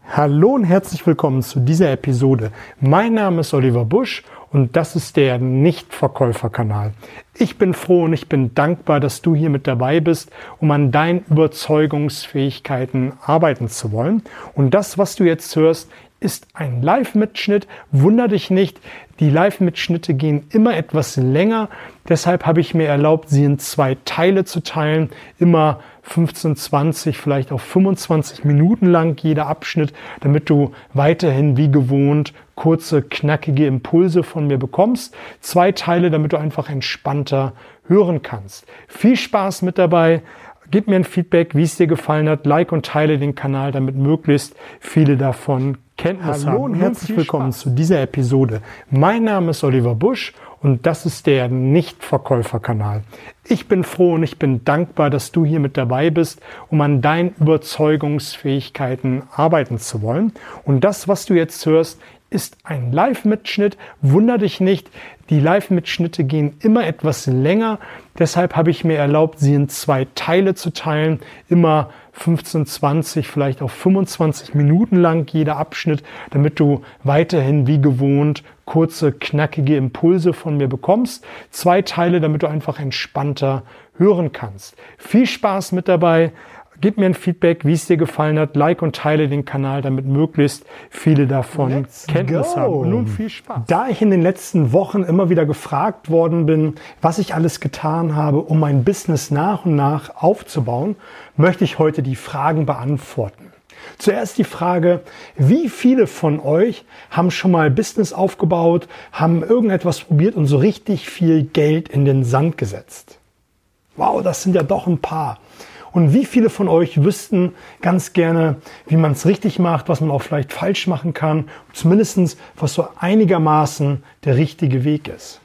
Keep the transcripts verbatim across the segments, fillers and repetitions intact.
Hallo und herzlich willkommen zu dieser Episode. Mein Name ist Oliver Busch und das ist der Nichtverkäufer-Kanal. Ich bin froh und ich bin dankbar, dass du hier mit dabei bist, um an deinen Überzeugungsfähigkeiten arbeiten zu wollen. Und das, was du jetzt hörst, ist ein Live-Mitschnitt. Wunder dich nicht, die Live-Mitschnitte gehen immer etwas länger. Deshalb habe ich mir erlaubt, sie in zwei Teile zu teilen. Immer fünfzehn, zwanzig, vielleicht auch fünfundzwanzig Minuten lang jeder Abschnitt, damit du weiterhin wie gewohnt kurze, knackige Impulse von mir bekommst. Zwei Teile, damit du einfach entspannter hören kannst. Viel Spaß mit dabei. Gib mir ein Feedback, wie es dir gefallen hat. Like und teile den Kanal, damit möglichst viele davon Kenntnis haben. Hallo und herzlich willkommen zu dieser Episode. Mein Name ist Oliver Busch und das ist der Nichtverkäufer-Kanal. Ich bin froh und ich bin dankbar, dass du hier mit dabei bist, um an deinen Überzeugungsfähigkeiten arbeiten zu wollen. Und das, was du jetzt hörst, ist ein Live-Mitschnitt. Wunder dich nicht, die Live-Mitschnitte gehen immer etwas länger. Deshalb habe ich mir erlaubt, sie in zwei Teile zu teilen. Immer fünfzehn, zwanzig, vielleicht auch fünfundzwanzig Minuten lang jeder Abschnitt, damit du weiterhin wie gewohnt kurze, knackige Impulse von mir bekommst. Zwei Teile, damit du einfach entspannter hören kannst. Viel Spaß mit dabei. Gib mir ein Feedback, wie es dir gefallen hat. Like und teile den Kanal, damit möglichst viele davon Let's Kenntnis go. haben. Und nun viel Spaß. Da ich in den letzten Wochen immer wieder gefragt worden bin, was ich alles getan habe, um mein Business nach und nach aufzubauen, möchte ich heute die Fragen beantworten. Zuerst die Frage, wie viele von euch haben schon mal Business aufgebaut, haben irgendetwas probiert und so richtig viel Geld in den Sand gesetzt? Wow, das sind ja doch ein paar. Und wie viele von euch wüssten ganz gerne, wie man es richtig macht, was man auch vielleicht falsch machen kann, zumindest was so einigermaßen der richtige Weg ist?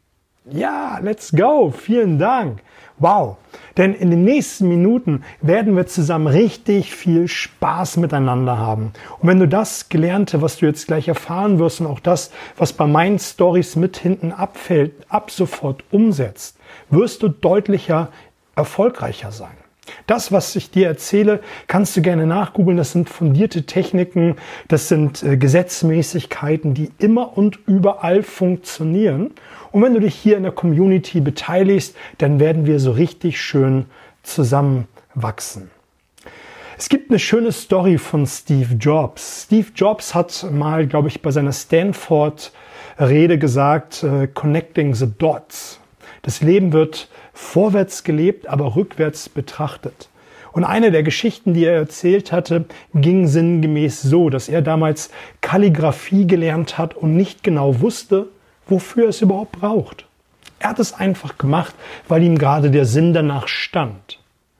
Ja, let's go, vielen Dank. Wow, denn in den nächsten Minuten werden wir zusammen richtig viel Spaß miteinander haben. Und wenn du das Gelernte, was du jetzt gleich erfahren wirst und auch das, was bei meinen Stories mit hinten abfällt, ab sofort umsetzt, wirst du deutlicher erfolgreicher sein. Das, was ich dir erzähle, kannst du gerne nachgoogeln. Das sind fundierte Techniken, das sind äh, Gesetzmäßigkeiten, die immer und überall funktionieren. Und wenn du dich hier in der Community beteiligst, dann werden wir so richtig schön zusammenwachsen. Es gibt eine schöne Story von Steve Jobs. Steve Jobs hat mal, glaube ich, bei seiner Stanford-Rede gesagt, äh, connecting the dots. Das Leben wird vorwärts gelebt, aber rückwärts betrachtet. Und eine der Geschichten, die er erzählt hatte, ging sinngemäß so, dass er damals Kalligraphie gelernt hat und nicht genau wusste, wofür er es überhaupt braucht. Er hat es einfach gemacht, weil ihm gerade der Sinn danach stand.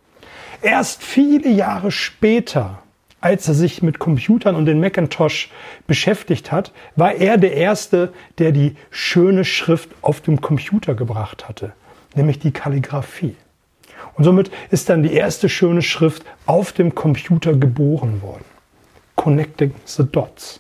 Erst viele Jahre später, als er sich mit Computern und den Macintosh beschäftigt hat, war er der Erste, der die schöne Schrift auf dem Computer gebracht hatte, nämlich die Kalligraphie. Und somit ist dann die erste schöne Schrift auf dem Computer geboren worden. Connecting the dots.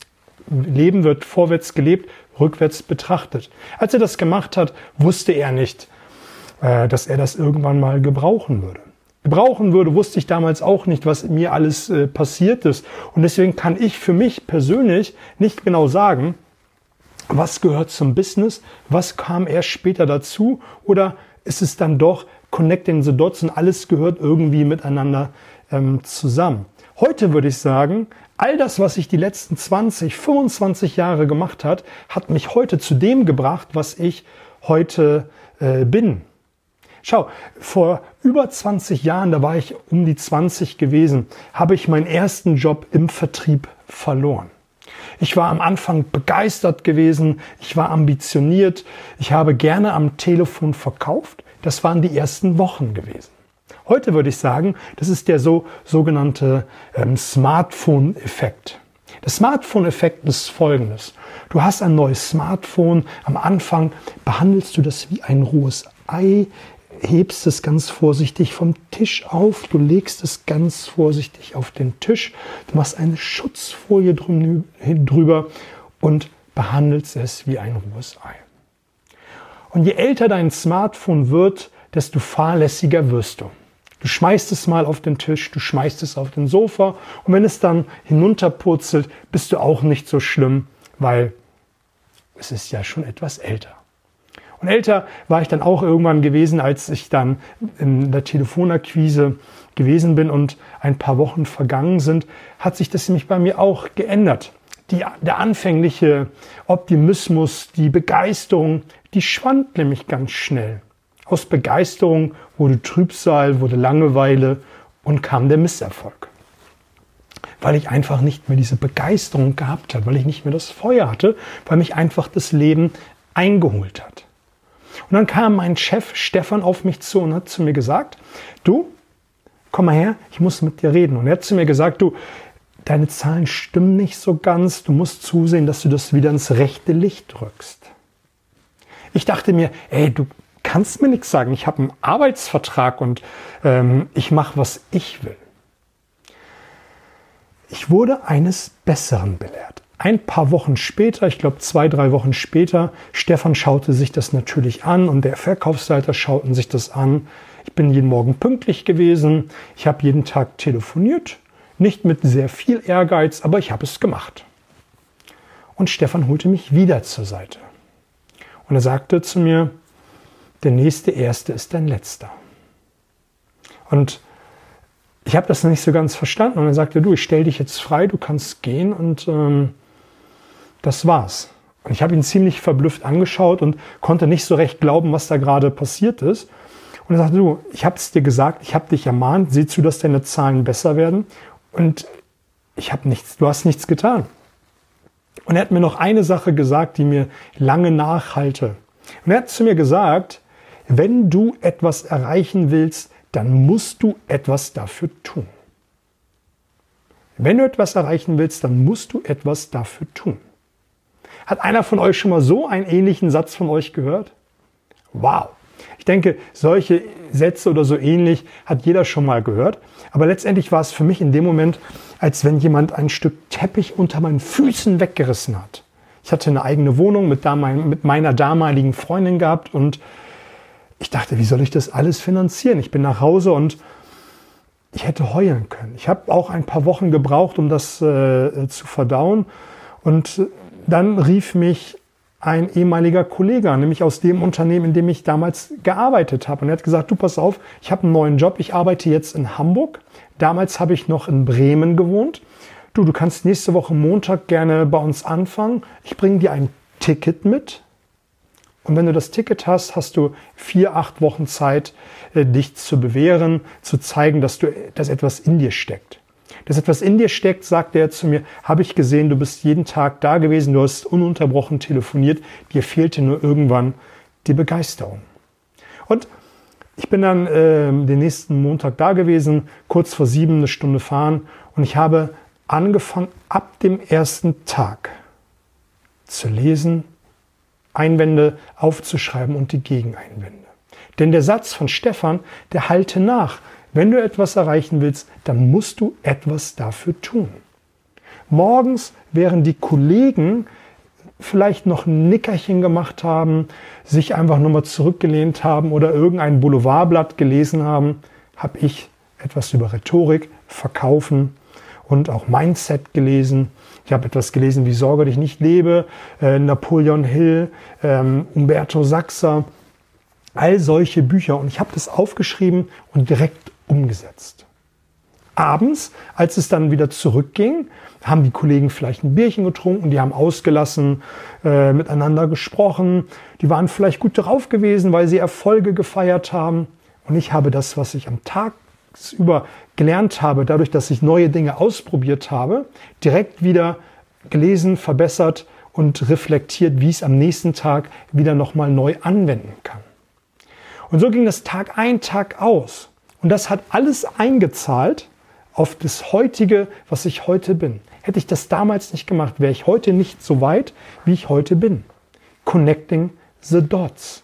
Leben wird vorwärts gelebt, rückwärts betrachtet. Als er das gemacht hat, wusste er nicht, dass er das irgendwann mal gebrauchen würde. Gebrauchen würde, wusste ich damals auch nicht, was mir alles äh, passiert ist. Und deswegen kann ich für mich persönlich nicht genau sagen, was gehört zum Business, was kam erst später dazu oder ist es dann doch connecting the dots und alles gehört irgendwie miteinander ähm, zusammen. Heute würde ich sagen, all das, was ich die letzten zwanzig, fünfundzwanzig Jahre gemacht hat, hat mich heute zu dem gebracht, was ich heute äh, bin. Schau, vor über zwanzig Jahren, da war ich um die zwanzig gewesen, habe ich meinen ersten Job im Vertrieb verloren. Ich war am Anfang begeistert gewesen, ich war ambitioniert, ich habe gerne am Telefon verkauft. Das waren die ersten Wochen gewesen. Heute würde ich sagen, das ist der so sogenannte ähm, Smartphone-Effekt. Der Smartphone-Effekt ist folgendes. Du hast ein neues Smartphone, am Anfang behandelst du das wie ein rohes Ei, hebst es ganz vorsichtig vom Tisch auf, du legst es ganz vorsichtig auf den Tisch, du machst eine Schutzfolie drüber und behandelst es wie ein rohes Ei. Und je älter dein Smartphone wird, desto fahrlässiger wirst du. Du schmeißt es mal auf den Tisch, du schmeißt es auf den Sofa und wenn es dann hinunterpurzelt, bist du auch nicht so schlimm, weil es ist ja schon etwas älter. Und älter war ich dann auch irgendwann gewesen, als ich dann in der Telefonakquise gewesen bin und ein paar Wochen vergangen sind, hat sich das nämlich bei mir auch geändert. Die, der anfängliche Optimismus, die Begeisterung, die schwand nämlich ganz schnell. Aus Begeisterung wurde Trübsal, wurde Langeweile und kam der Misserfolg. Weil ich einfach nicht mehr diese Begeisterung gehabt habe, weil ich nicht mehr das Feuer hatte, weil mich einfach das Leben eingeholt hat. Und dann kam mein Chef Stefan auf mich zu und hat zu mir gesagt, du, komm mal her, ich muss mit dir reden. Und er hat zu mir gesagt, du, deine Zahlen stimmen nicht so ganz, du musst zusehen, dass du das wieder ins rechte Licht rückst. Ich dachte mir, ey, du kannst mir nichts sagen, ich habe einen Arbeitsvertrag und ähm, ich mache, was ich will. Ich wurde eines Besseren belehrt. Ein paar Wochen später, ich glaube zwei, drei Wochen später, Stefan schaute sich das natürlich an und der Verkaufsleiter schauten sich das an. Ich bin jeden Morgen pünktlich gewesen, ich habe jeden Tag telefoniert, nicht mit sehr viel Ehrgeiz, aber ich habe es gemacht. Und Stefan holte mich wieder zur Seite. Und er sagte zu mir, der nächste Erste ist dein Letzter. Und ich habe das nicht so ganz verstanden. Und er sagte, du, ich stelle dich jetzt frei, du kannst gehen. Und ähm, das war's. Und ich habe ihn ziemlich verblüfft angeschaut und konnte nicht so recht glauben, was da gerade passiert ist. Und er sagte, du, ich habe es dir gesagt, ich habe dich ermahnt, sieh zu, dass deine Zahlen besser werden. Und ich habe nichts, du hast nichts getan. Und er hat mir noch eine Sache gesagt, die mir lange nachhalte. Und er hat zu mir gesagt, wenn du etwas erreichen willst, dann musst du etwas dafür tun. Wenn du etwas erreichen willst, dann musst du etwas dafür tun. Hat einer von euch schon mal so einen ähnlichen Satz von euch gehört? Wow! Ich denke, solche Sätze oder so ähnlich hat jeder schon mal gehört. Aber letztendlich war es für mich in dem Moment, als wenn jemand ein Stück Teppich unter meinen Füßen weggerissen hat. Ich hatte eine eigene Wohnung mit, mit meiner damaligen Freundin gehabt und ich dachte, wie soll ich das alles finanzieren? Ich bin nach Hause und ich hätte heulen können. Ich habe auch ein paar Wochen gebraucht, um das äh, zu verdauen. Und dann rief mich ein ehemaliger Kollege an, nämlich aus dem Unternehmen, in dem ich damals gearbeitet habe. Und er hat gesagt, du pass auf, ich habe einen neuen Job, ich arbeite jetzt in Hamburg. Damals habe ich noch in Bremen gewohnt. Du, du kannst nächste Woche Montag gerne bei uns anfangen. Ich bringe dir ein Ticket mit. Und wenn du das Ticket hast, hast du vier, acht Wochen Zeit, dich zu bewähren, zu zeigen, dass du, dass etwas in dir steckt. Dass etwas in dir steckt, sagte er zu mir, habe ich gesehen, du bist jeden Tag da gewesen, du hast ununterbrochen telefoniert, dir fehlte nur irgendwann die Begeisterung. Und ich bin dann äh, den nächsten Montag da gewesen, kurz vor sieben, eine Stunde fahren und ich habe angefangen, ab dem ersten Tag zu lesen, Einwände aufzuschreiben und die Gegeneinwände. Denn der Satz von Stefan, der halte nach. Wenn du etwas erreichen willst, dann musst du etwas dafür tun. Morgens, während die Kollegen vielleicht noch ein Nickerchen gemacht haben, sich einfach nur mal zurückgelehnt haben oder irgendein Boulevardblatt gelesen haben, habe ich etwas über Rhetorik, Verkaufen und auch Mindset gelesen. Ich habe etwas gelesen wie Sorge dich nicht lebe, äh, Napoleon Hill, ähm, Umberto Sachser, all solche Bücher. Und ich habe das aufgeschrieben und direkt umgesetzt. Abends, als es dann wieder zurückging, haben die Kollegen vielleicht ein Bierchen getrunken, die haben ausgelassen, äh, miteinander gesprochen. Die waren vielleicht gut drauf gewesen, weil sie Erfolge gefeiert haben. Und ich habe das, was ich am Tag über gelernt habe, dadurch, dass ich neue Dinge ausprobiert habe, direkt wieder gelesen, verbessert und reflektiert, wie ich es am nächsten Tag wieder nochmal neu anwenden kann. Und so ging das Tag ein, Tag aus. Und das hat alles eingezahlt auf das heutige, was ich heute bin. Hätte ich das damals nicht gemacht, wäre ich heute nicht so weit, wie ich heute bin. Connecting the dots.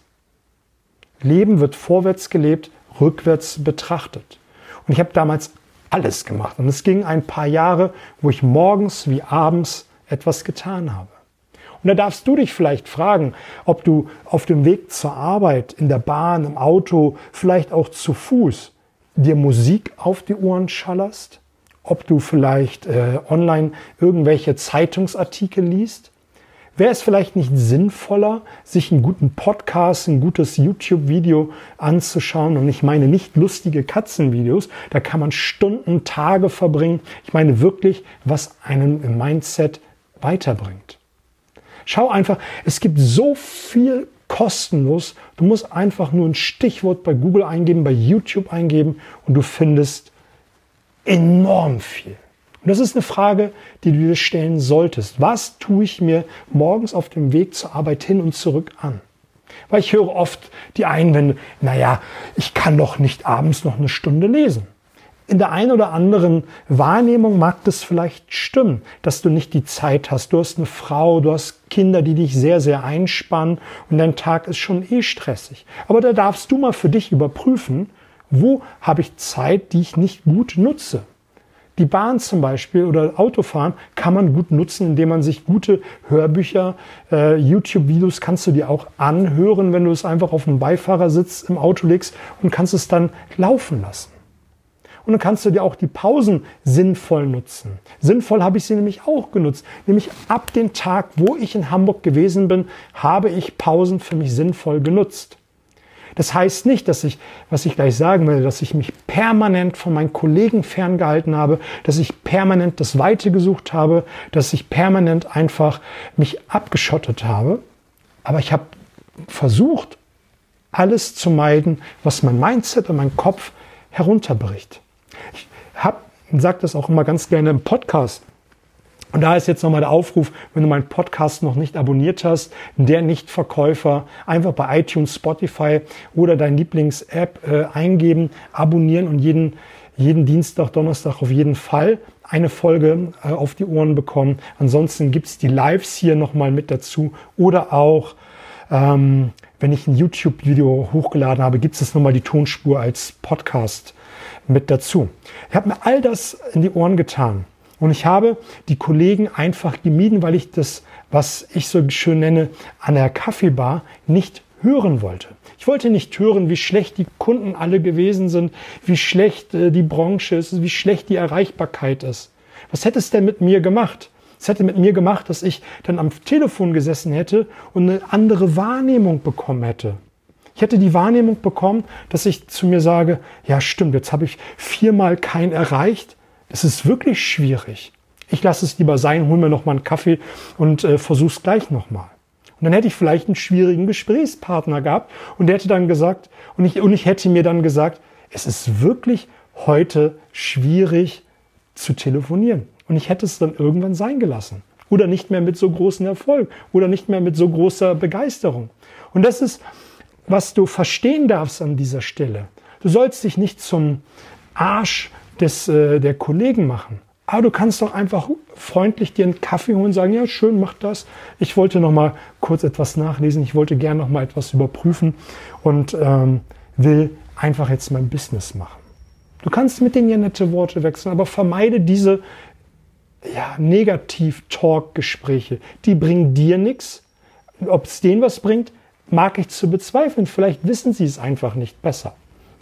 Leben wird vorwärts gelebt, rückwärts betrachtet. Und ich habe damals alles gemacht. Und es ging ein paar Jahre, wo ich morgens wie abends etwas getan habe. Und da darfst du dich vielleicht fragen, ob du auf dem Weg zur Arbeit, in der Bahn, im Auto, vielleicht auch zu Fuß, dir Musik auf die Ohren schallerst, ob du vielleicht äh, online irgendwelche Zeitungsartikel liest. Wäre es vielleicht nicht sinnvoller, sich einen guten Podcast, ein gutes YouTube-Video anzuschauen? Und ich meine nicht lustige Katzenvideos, da kann man Stunden, Tage verbringen. Ich meine wirklich, was einen im Mindset weiterbringt. Schau einfach, es gibt so viel kostenlos. Du musst einfach nur ein Stichwort bei Google eingeben, bei YouTube eingeben und du findest enorm viel. Und das ist eine Frage, die du dir stellen solltest. Was tue ich mir morgens auf dem Weg zur Arbeit hin und zurück an? Weil ich höre oft die Einwände, naja, ich kann doch nicht abends noch eine Stunde lesen. In der einen oder anderen Wahrnehmung mag das vielleicht stimmen, dass du nicht die Zeit hast. Du hast eine Frau, du hast Kinder, die dich sehr, sehr einspannen und dein Tag ist schon eh stressig. Aber da darfst du mal für dich überprüfen, wo habe ich Zeit, die ich nicht gut nutze. Die Bahn zum Beispiel oder Autofahren kann man gut nutzen, indem man sich gute Hörbücher, äh, YouTube-Videos kannst du dir auch anhören, wenn du es einfach auf dem Beifahrersitz im Auto legst und kannst es dann laufen lassen. Und dann kannst du dir auch die Pausen sinnvoll nutzen. Sinnvoll habe ich sie nämlich auch genutzt. Nämlich ab dem Tag, wo ich in Hamburg gewesen bin, habe ich Pausen für mich sinnvoll genutzt. Das heißt nicht, dass ich, was ich gleich sagen will, dass ich mich permanent von meinen Kollegen ferngehalten habe, dass ich permanent das Weite gesucht habe, dass ich permanent einfach mich abgeschottet habe. Aber ich habe versucht, alles zu meiden, was mein Mindset und mein Kopf herunterbricht. Ich habe, sage das auch immer ganz gerne im Podcast. Und da ist jetzt nochmal der Aufruf, wenn du meinen Podcast noch nicht abonniert hast, der Nichtverkäufer, einfach bei iTunes, Spotify oder dein Lieblings-App äh, eingeben, abonnieren und jeden, jeden Dienstag, Donnerstag auf jeden Fall eine Folge äh, auf die Ohren bekommen. Ansonsten gibt's die Lives hier nochmal mit dazu oder auch, ähm, wenn ich ein YouTube-Video hochgeladen habe, gibt es nochmal die Tonspur als Podcast mit dazu. Ich habe mir all das in die Ohren getan. Und ich habe die Kollegen einfach gemieden, weil ich das, was ich so schön nenne, an der Kaffeebar nicht hören wollte. Ich wollte nicht hören, wie schlecht die Kunden alle gewesen sind, wie schlecht äh, die Branche ist, wie schlecht die Erreichbarkeit ist. Was hätte es denn mit mir gemacht? Es hätte mit mir gemacht, dass ich dann am Telefon gesessen hätte und eine andere Wahrnehmung bekommen hätte. Ich hätte die Wahrnehmung bekommen, dass ich zu mir sage, ja stimmt, jetzt habe ich viermal keinen erreicht. Es ist wirklich schwierig. Ich lasse es lieber sein, hol mir noch mal einen Kaffee und äh, versuch's gleich noch mal. Und dann hätte ich vielleicht einen schwierigen Gesprächspartner gehabt und der hätte dann gesagt, und ich, und ich hätte mir dann gesagt, es ist wirklich heute schwierig zu telefonieren. Und ich hätte es dann irgendwann sein gelassen. Oder nicht mehr mit so großem Erfolg. Oder nicht mehr mit so großer Begeisterung. Und das ist, was du verstehen darfst an dieser Stelle. Du sollst dich nicht zum Arsch des, äh, der Kollegen machen. Aber du kannst doch einfach freundlich dir einen Kaffee holen und sagen, ja schön, mach das. Ich wollte noch mal kurz etwas nachlesen. Ich wollte gerne noch mal etwas überprüfen und ähm, will einfach jetzt mein Business machen. Du kannst mit denen ja nette Worte wechseln, aber vermeide diese ja, Negativ-Talk-Gespräche. Die bringen dir nichts. Ob es denen was bringt, mag ich zu bezweifeln. Vielleicht wissen sie es einfach nicht besser.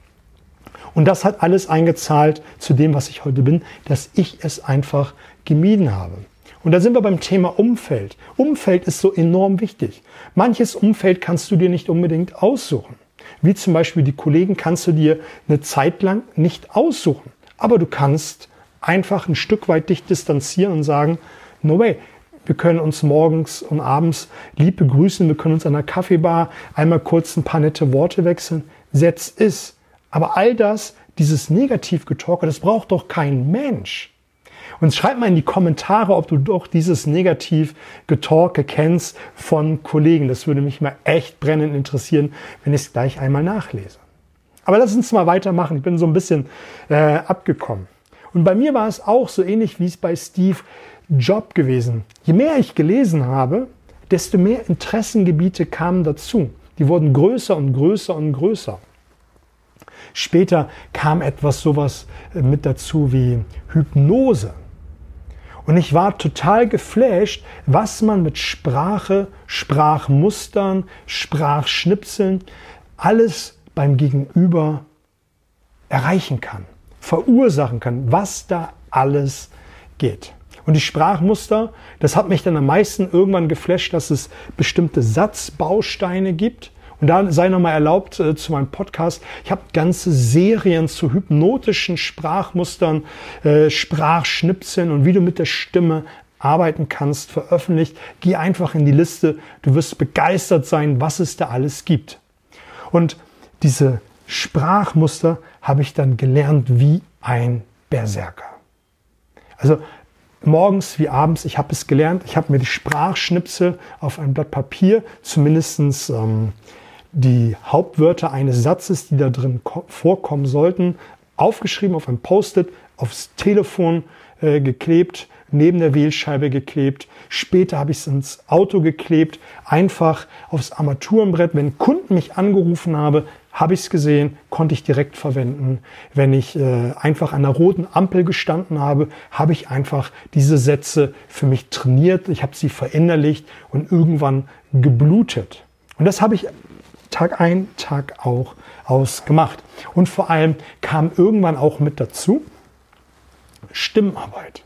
Und das hat alles eingezahlt zu dem, was ich heute bin, dass ich es einfach gemieden habe. Und da sind wir beim Thema Umfeld. Umfeld ist so enorm wichtig. Manches Umfeld kannst du dir nicht unbedingt aussuchen. Wie zum Beispiel die Kollegen kannst du dir eine Zeit lang nicht aussuchen. Aber du kannst einfach ein Stück weit dich distanzieren und sagen, no way, wir können uns morgens und abends lieb begrüßen, wir können uns an der Kaffeebar einmal kurz ein paar nette Worte wechseln. That's is. Aber all das, dieses Negativgetalke, das braucht doch kein Mensch. Und schreib mal in die Kommentare, ob du doch dieses Negativgetalke kennst von Kollegen. Das würde mich mal echt brennend interessieren, wenn ich es gleich einmal nachlese. Aber lass uns mal weitermachen. Ich bin so ein bisschen äh, abgekommen. Und bei mir war es auch so ähnlich, wie es bei Steve Jobs gewesen. Je mehr ich gelesen habe, desto mehr Interessengebiete kamen dazu. Die wurden größer und größer und größer. Später kam etwas sowas mit dazu wie Hypnose. Und ich war total geflasht, was man mit Sprache, Sprachmustern, Sprachschnipseln, alles beim Gegenüber erreichen kann, verursachen kann, was da alles geht. Und die Sprachmuster, das hat mich dann am meisten irgendwann geflasht, dass es bestimmte Satzbausteine gibt. Und da sei nochmal erlaubt äh, zu meinem Podcast, ich habe ganze Serien zu hypnotischen Sprachmustern, äh, Sprachschnipseln und wie du mit der Stimme arbeiten kannst, veröffentlicht. Geh einfach in die Liste, du wirst begeistert sein, was es da alles gibt. Und diese Sprachmuster habe ich dann gelernt wie ein Berserker. Also morgens wie abends, ich habe es gelernt, ich habe mir die Sprachschnipsel auf ein Blatt Papier, zumindest ähm, die Hauptwörter eines Satzes, die da drin vorkommen sollten, aufgeschrieben auf ein Post-it, aufs Telefon äh, geklebt, neben der Wählscheibe geklebt. Später habe ich es ins Auto geklebt, einfach aufs Armaturenbrett. Wenn Kunden mich angerufen haben, habe ich es gesehen, konnte ich direkt verwenden. Wenn ich äh, einfach an der roten Ampel gestanden habe, habe ich einfach diese Sätze für mich trainiert. Ich habe sie verinnerlicht und irgendwann geblutet. Und das habe ich Tag ein, Tag auch aus gemacht. Und vor allem kam irgendwann auch mit dazu Stimmarbeit.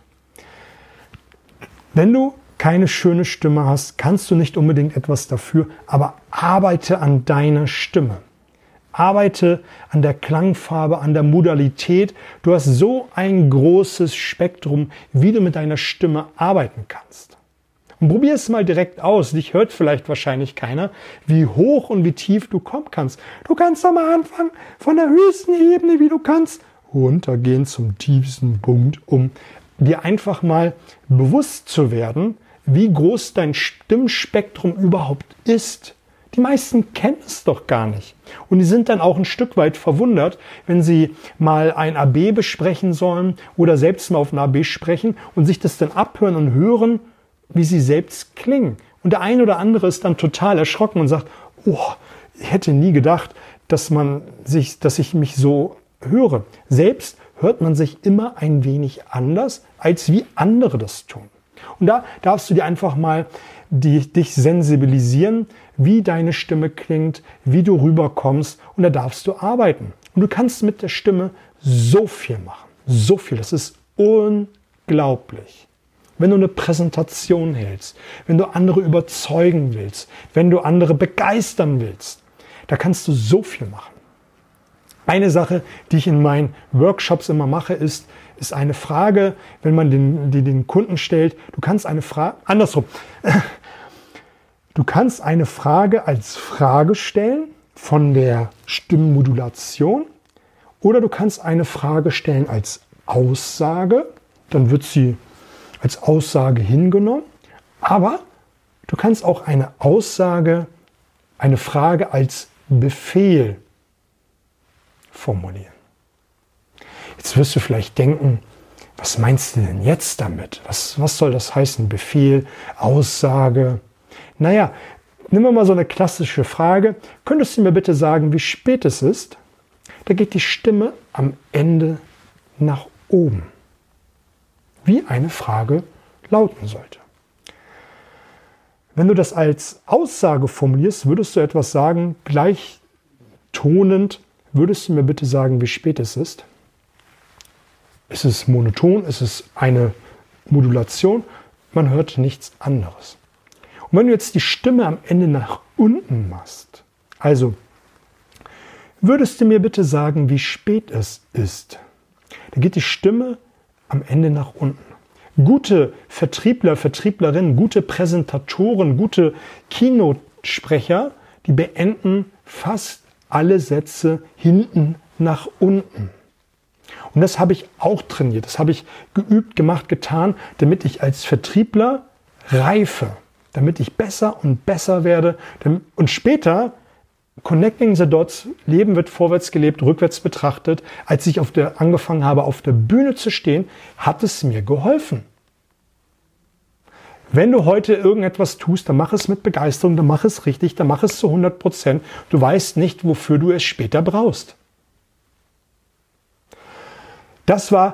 Wenn du keine schöne Stimme hast, kannst du nicht unbedingt etwas dafür, aber arbeite an deiner Stimme. Arbeite an der Klangfarbe, an der Modalität. Du hast so ein großes Spektrum, wie du mit deiner Stimme arbeiten kannst. Und probier es mal direkt aus. Dich hört vielleicht wahrscheinlich keiner, wie hoch und wie tief du kommen kannst. Du kannst am Anfang von der höchsten Ebene, wie du kannst, runtergehen zum tiefsten Punkt, um dir einfach mal bewusst zu werden, wie groß dein Stimmspektrum überhaupt ist. Die meisten kennen es doch gar nicht. Und die sind dann auch ein Stück weit verwundert, wenn sie mal ein A B besprechen sollen oder selbst mal auf ein A B sprechen und sich das dann abhören und hören, wie sie selbst klingen. Und der eine oder andere ist dann total erschrocken und sagt, oh, ich hätte nie gedacht, dass man sich, dass ich mich so höre. Selbst hört man sich immer ein wenig anders, als wie andere das tun. Und da darfst du dir einfach mal die, dich sensibilisieren, wie deine Stimme klingt, wie du rüberkommst, und da darfst du arbeiten. Und du kannst mit der Stimme so viel machen. So viel. Das ist unglaublich. Wenn du eine Präsentation hältst, wenn du andere überzeugen willst, wenn du andere begeistern willst, da kannst du so viel machen. Eine Sache, die ich in meinen Workshops immer mache, ist, ist eine Frage, wenn man den, die den Kunden stellt. Du kannst eine Frage, andersrum, du kannst eine Frage als Frage stellen von der Stimmmodulation oder du kannst eine Frage stellen als Aussage, dann wird sie als Aussage hingenommen, aber du kannst auch eine Aussage, eine Frage als Befehl formulieren. Jetzt wirst du vielleicht denken, was meinst du denn jetzt damit? Was, was soll das heißen? Befehl, Aussage? Naja, nehmen wir mal so eine klassische Frage. Könntest du mir bitte sagen, wie spät es ist? Da geht die Stimme am Ende nach oben. Wie eine Frage lauten sollte. Wenn du das als Aussage formulierst, würdest du etwas sagen, gleichtonend, würdest du mir bitte sagen, wie spät es ist? Ist es monoton? Ist es eine Modulation? Man hört nichts anderes. Und wenn du jetzt die Stimme am Ende nach unten machst, also würdest du mir bitte sagen, wie spät es ist? Dann geht die Stimme am Ende nach unten. Gute Vertriebler, Vertrieblerinnen, gute Präsentatoren, gute Keynote-Sprecher, die beenden fast alle Sätze hinten nach unten. Und das habe ich auch trainiert, das habe ich geübt, gemacht, getan, damit ich als Vertriebler reife, damit ich besser und besser werde und später Connecting the Dots, Leben wird vorwärts gelebt, rückwärts betrachtet. Als ich auf der, angefangen habe, auf der Bühne zu stehen, hat es mir geholfen. Wenn du heute irgendetwas tust, dann mach es mit Begeisterung, dann mach es richtig, dann mach es zu hundert Prozent. Du weißt nicht, wofür du es später brauchst. Das war